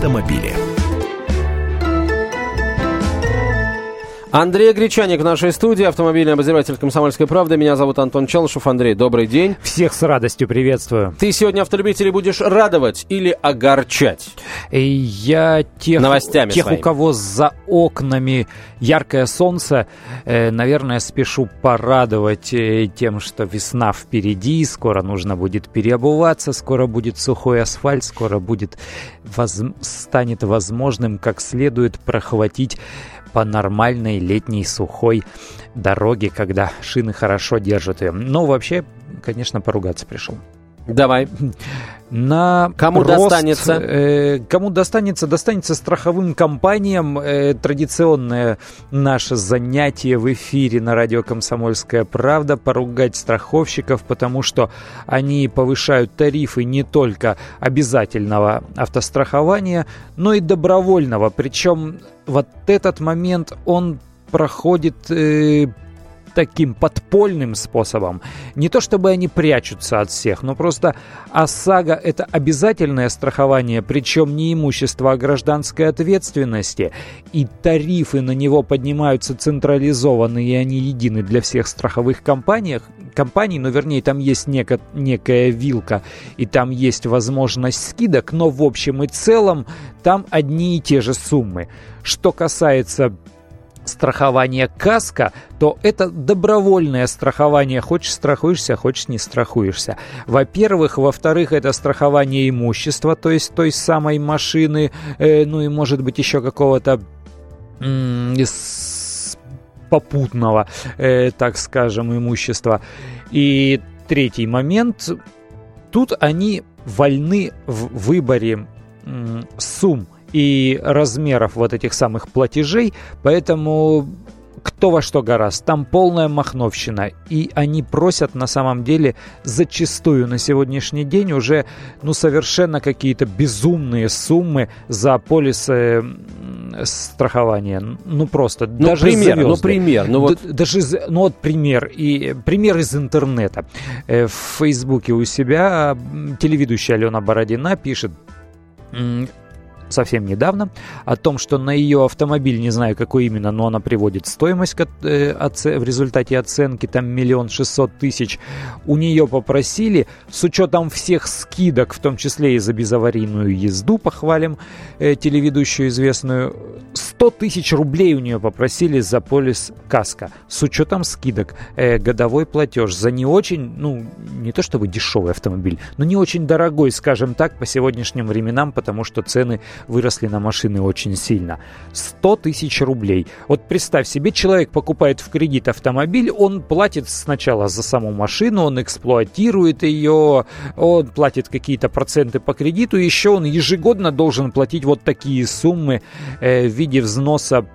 автомобили. Андрей Гречаник в нашей студии, автомобильный обозреватель «Комсомольской правды». Меня зовут Антон Челышев. Андрей, добрый день. Всех с радостью приветствую. Ты сегодня автолюбителей будешь радовать или огорчать? Я новостями тех своими. У кого за окнами яркое солнце, наверное, спешу порадовать тем, что весна впереди, скоро нужно будет переобуваться, скоро будет сухой асфальт, скоро станет возможным как следует прохватить по нормальной летней сухой дороге, когда шины хорошо держат ее. Но вообще, конечно, поругаться пришел. Давай. Кому достанется? Кому достанется страховым компаниям. Традиционное наше занятие в эфире на радио «Комсомольская правда» — поругать страховщиков, потому что они повышают тарифы не только обязательного автострахования, но и добровольного. Причем вот этот момент, он проходит таким подпольным способом. Не то чтобы они прячутся от всех, но просто ОСАГО — это обязательное страхование, причем не имущество, а гражданской ответственности. И тарифы на него поднимаются централизованно, и они едины для всех страховых компаний, но вернее там есть некая вилка, и там есть возможность скидок, но в общем и целом там одни и те же суммы. Что касается страхование КАСКО, то это добровольное страхование. Хочешь — страхуешься, хочешь — не страхуешься. Во-первых. Во-вторых, это страхование имущества, то есть той самой машины, ну и может быть еще какого-то попутного, так скажем, имущества. И третий момент. Тут они вольны в выборе сумм и размеров вот этих самых платежей, поэтому кто во что гораст, там полная махновщина, и они просят на самом деле зачастую на сегодняшний день уже совершенно какие-то безумные суммы за полисы страхования. Просто даже пример. Пример из интернета. В Фейсбуке у себя телеведущая Алена Бородина пишет совсем недавно о том, что на ее автомобиль, не знаю какой именно, но она приводит стоимость в результате оценки, там 1 600 000, у нее попросили, с учетом всех скидок, в том числе и за безаварийную езду, похвалим телеведущую известную, 100 000 рублей у нее попросили за полис КАСКО, с учетом скидок, годовой платеж за не очень, не то чтобы дешевый автомобиль, но не очень дорогой, скажем так, по сегодняшним временам, потому что цены выросли на машины очень сильно. 100 000 рублей. Вот представь себе, человек покупает в кредит автомобиль, он платит сначала за саму машину, он эксплуатирует ее, он платит какие-то проценты по кредиту, еще он ежегодно должен платить вот такие суммы в виде взноса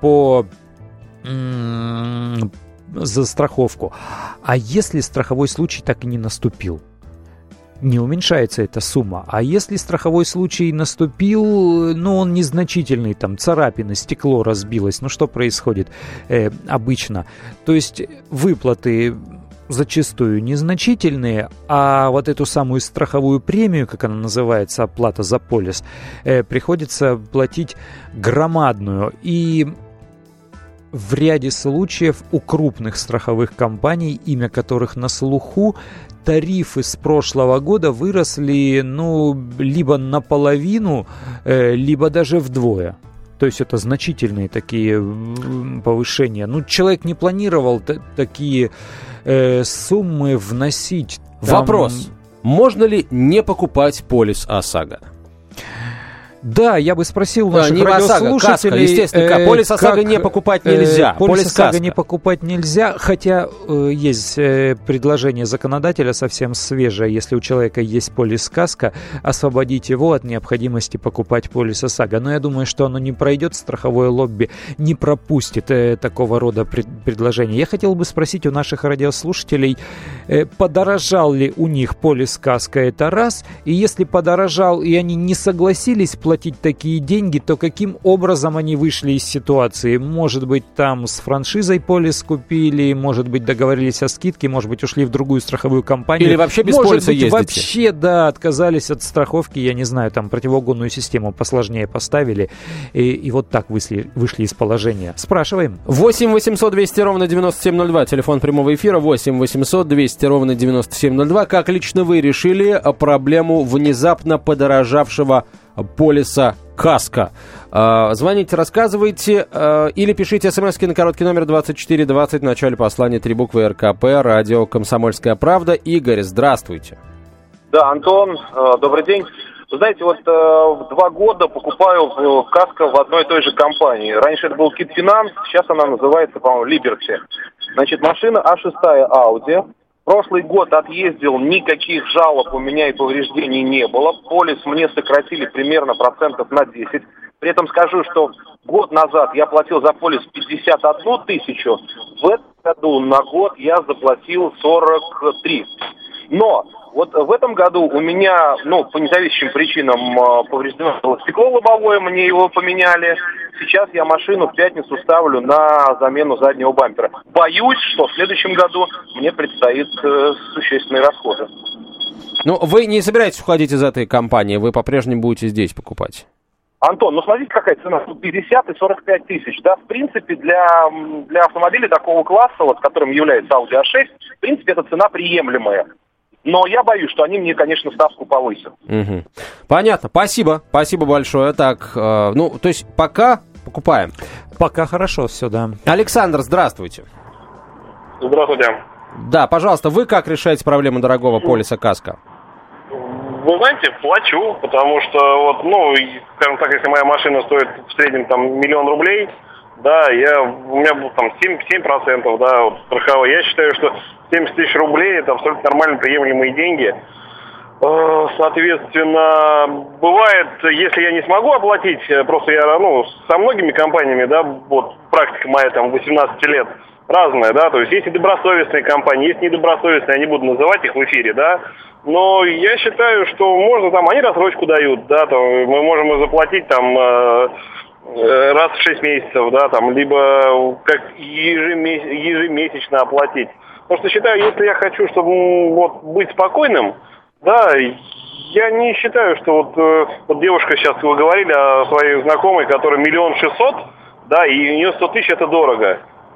за страховку. А если страховой случай так и не наступил? Не уменьшается эта сумма. А если страховой случай наступил, он незначительный, там царапины, стекло разбилось, что происходит обычно? То есть выплаты зачастую незначительные, а вот эту самую страховую премию, как она называется, оплата за полис, приходится платить громадную. И в ряде случаев у крупных страховых компаний, имя которых на слуху, тарифы с прошлого года выросли, либо наполовину, либо даже вдвое. То есть это значительные такие повышения. Человек не планировал такие суммы вносить. Вопрос. Можно ли не покупать полис ОСАГО? Да, я бы спросил наших радиослушателей. КАСКО, естественно, полис ОСАГО не покупать нельзя. Полис ОСАГО не покупать нельзя, хотя есть предложение законодателя совсем свежее. Если у человека есть полис КАСКО, освободить его от необходимости покупать полис ОСАГО. Но я думаю, что оно не пройдет, страховое лобби не пропустит такого рода предложения. Я хотел бы спросить у наших радиослушателей, подорожал ли у них полис КАСКО, это раз, и если подорожал, и они не согласились платить платить такие деньги, то каким образом они вышли из ситуации? Может быть, там с франшизой полис купили, может быть, договорились о скидке, может быть, ушли в другую страховую компанию. Или вообще без полиса ездите. Вообще, да, отказались от страховки, я не знаю, там противоугонную систему посложнее поставили, и вот так вышли из положения. Спрашиваем. 8 800 200 ровно 9702, телефон прямого эфира, 8 800 200 ровно 9702. Как лично вы решили проблему внезапно подорожавшего полиса «Каско»? Звоните, рассказывайте или пишите смски на короткий номер 2420 в начале послания 3 буквы РКП, радио «Комсомольская правда». Игорь, здравствуйте. Да, Антон, добрый день. Вы знаете, вот 2 года покупаю «Каско» в одной и той же компании. Раньше это был Кит Финанс, сейчас она называется, по-моему, Либерти. Значит, машина А6 Audi. Прошлый год отъездил, никаких жалоб у меня и повреждений не было. Полис мне сократили примерно процентов на 10. При этом скажу, что год назад я платил за полис 51 тысячу. В этом году на год я заплатил 43. Но вот в этом году у меня, по независимым причинам повреждено было стекло лобовое, мне его поменяли. Сейчас я машину в пятницу ставлю на замену заднего бампера. Боюсь, что в следующем году мне предстоит существенные расходы. Вы не собираетесь уходить из этой компании, вы по-прежнему будете здесь покупать? Антон, смотрите, какая цена, 50 и 45 тысяч. Да, в принципе, для автомобиля такого класса, которым является Audi A6, в принципе, эта цена приемлемая. Но я боюсь, что они мне, конечно, ставку повысят. Угу. Понятно. Спасибо. Спасибо большое. Так, то есть пока покупаем. Пока хорошо все, да. Александр, здравствуйте. Здравствуйте. Да, пожалуйста, вы как решаете проблему дорогого полиса «Каско»? Вы знаете, плачу, потому что, скажем так, если моя машина стоит в среднем 1 000 000 рублей, да, у меня был 7%, да, страховой. Я считаю, что 70 тысяч рублей это абсолютно нормально приемлемые деньги. Соответственно, бывает, если я не смогу оплатить, просто я, со многими компаниями, да, практика моя 18 лет разная, да, то есть есть и добросовестные компании, есть недобросовестные, я не буду называть их в эфире, да, но я считаю, что можно они рассрочку дают, да, мы можем заплатить раз в 6 месяцев, да, либо как ежемесячно оплатить. Потому что считаю, если я хочу, чтобы быть спокойным, да, я не считаю, что девушка сейчас, вы говорили о своей знакомой, которая 1 600 000, да, и у нее 100 тысяч это дорого.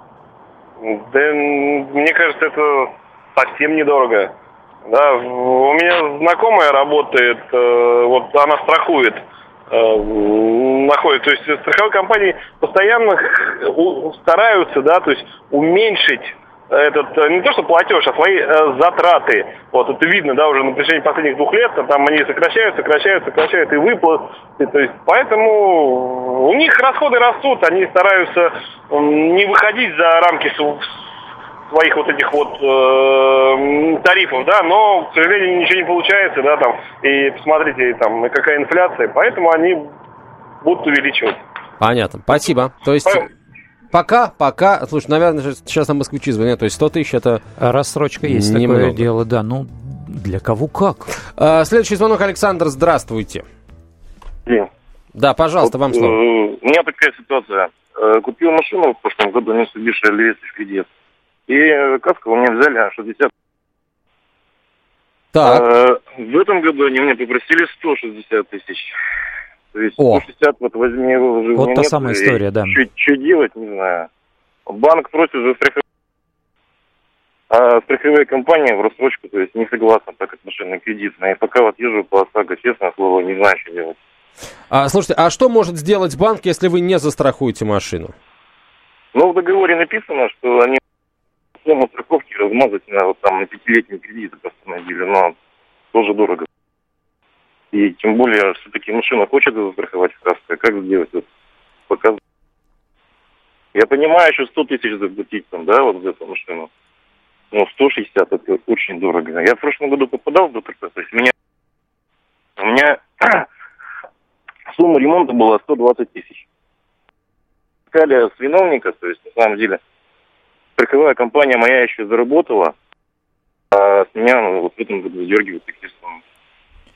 Да, мне кажется, это совсем недорого. Да, у меня знакомая работает, она страхует, то есть страховые компании постоянно стараются, да, то есть уменьшить не то что платеж, а свои затраты. Это видно, да, уже на протяжении последних 2 лет, они сокращают и выплаты. То есть, поэтому у них расходы растут, они стараются не выходить за рамки своих этих тарифов, да, но, к сожалению, ничего не получается, да, и посмотрите, какая инфляция, поэтому они будут увеличивать. Понятно, спасибо. То есть... Пока, слушай, наверное, сейчас нам москвичи звонят, то есть 100 тысяч это... Рассрочка есть немного. Такое дело, да, для кого как. Следующий звонок, Александр, здравствуйте. День. Да, пожалуйста, вам слово. У меня такая ситуация. Купил машину в прошлом году, Mitsubishi Alvista в кредит, и «Каско» у меня взяли 60. Так. В этом году они мне попросили 160 тысяч. То есть 160 возьми его уже. Вот та самая история, да. Что делать, не знаю. Банк просит за страховая компания в рассрочку, то есть не согласна, так как машина кредитная. И пока езжу по ОСАГО, честное слово, не знаю, что делать. Слушайте, а что может сделать банк, если вы не застрахуете машину? В договоре написано, что они сумму страховки размазать на 5-летний кредит постановили, но тоже дорого. И тем более, все-таки машина хочет застраховать в «Каско». Как сделать это? Показывать. Я понимаю, что 100 тысяч заплатить за эту машину. Но 160 это очень дорого. Я в прошлом году попадал в ДТП. То есть у меня сумма ремонта была 120 тысяч. Искали с виновника, то есть на самом деле страховая компания моя еще заработала, а с меня в этом году выдергивают такие суммы.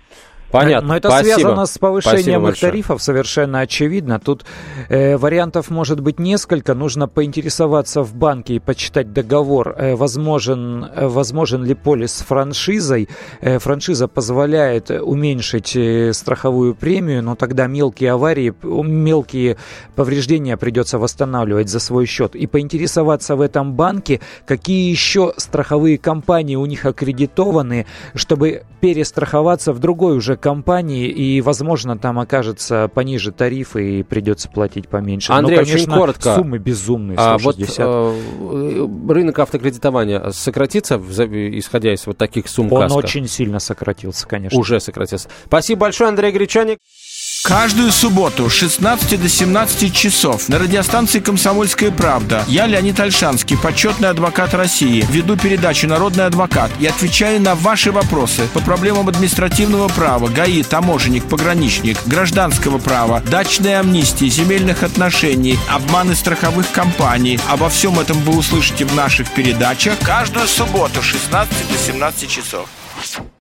Понятно. Но это Спасибо. связано с повышением их большое. тарифов, совершенно очевидно. Тут вариантов может быть несколько. Нужно поинтересоваться в банке и почитать договор. Возможен ли полис с франшизой? Франшиза позволяет уменьшить страховую премию, но тогда мелкие аварии, мелкие повреждения придется восстанавливать за свой счет. И поинтересоваться в этом банке, какие еще страховые компании у них аккредитованы, чтобы перестраховаться в другой уже компании, и, возможно, там окажется пониже тарифы и придется платить поменьше. Андрей, но, конечно, очень коротко. Суммы безумные, 160. Рынок автокредитования сократится, исходя из вот таких сумм Он КАСКО? очень сильно сократился, конечно. Уже сократился. Спасибо большое, Андрей Гречаник. Каждую субботу с 16 до 17 часов на радиостанции «Комсомольская правда» я, Леонид Ольшанский, почетный адвокат России, веду передачу «Народный адвокат» и отвечаю на ваши вопросы по проблемам административного права, ГАИ, таможенник, пограничник, гражданского права, дачной амнистии, земельных отношений, обманы страховых компаний. Обо всем этом вы услышите в наших передачах каждую субботу с 16 до 17 часов.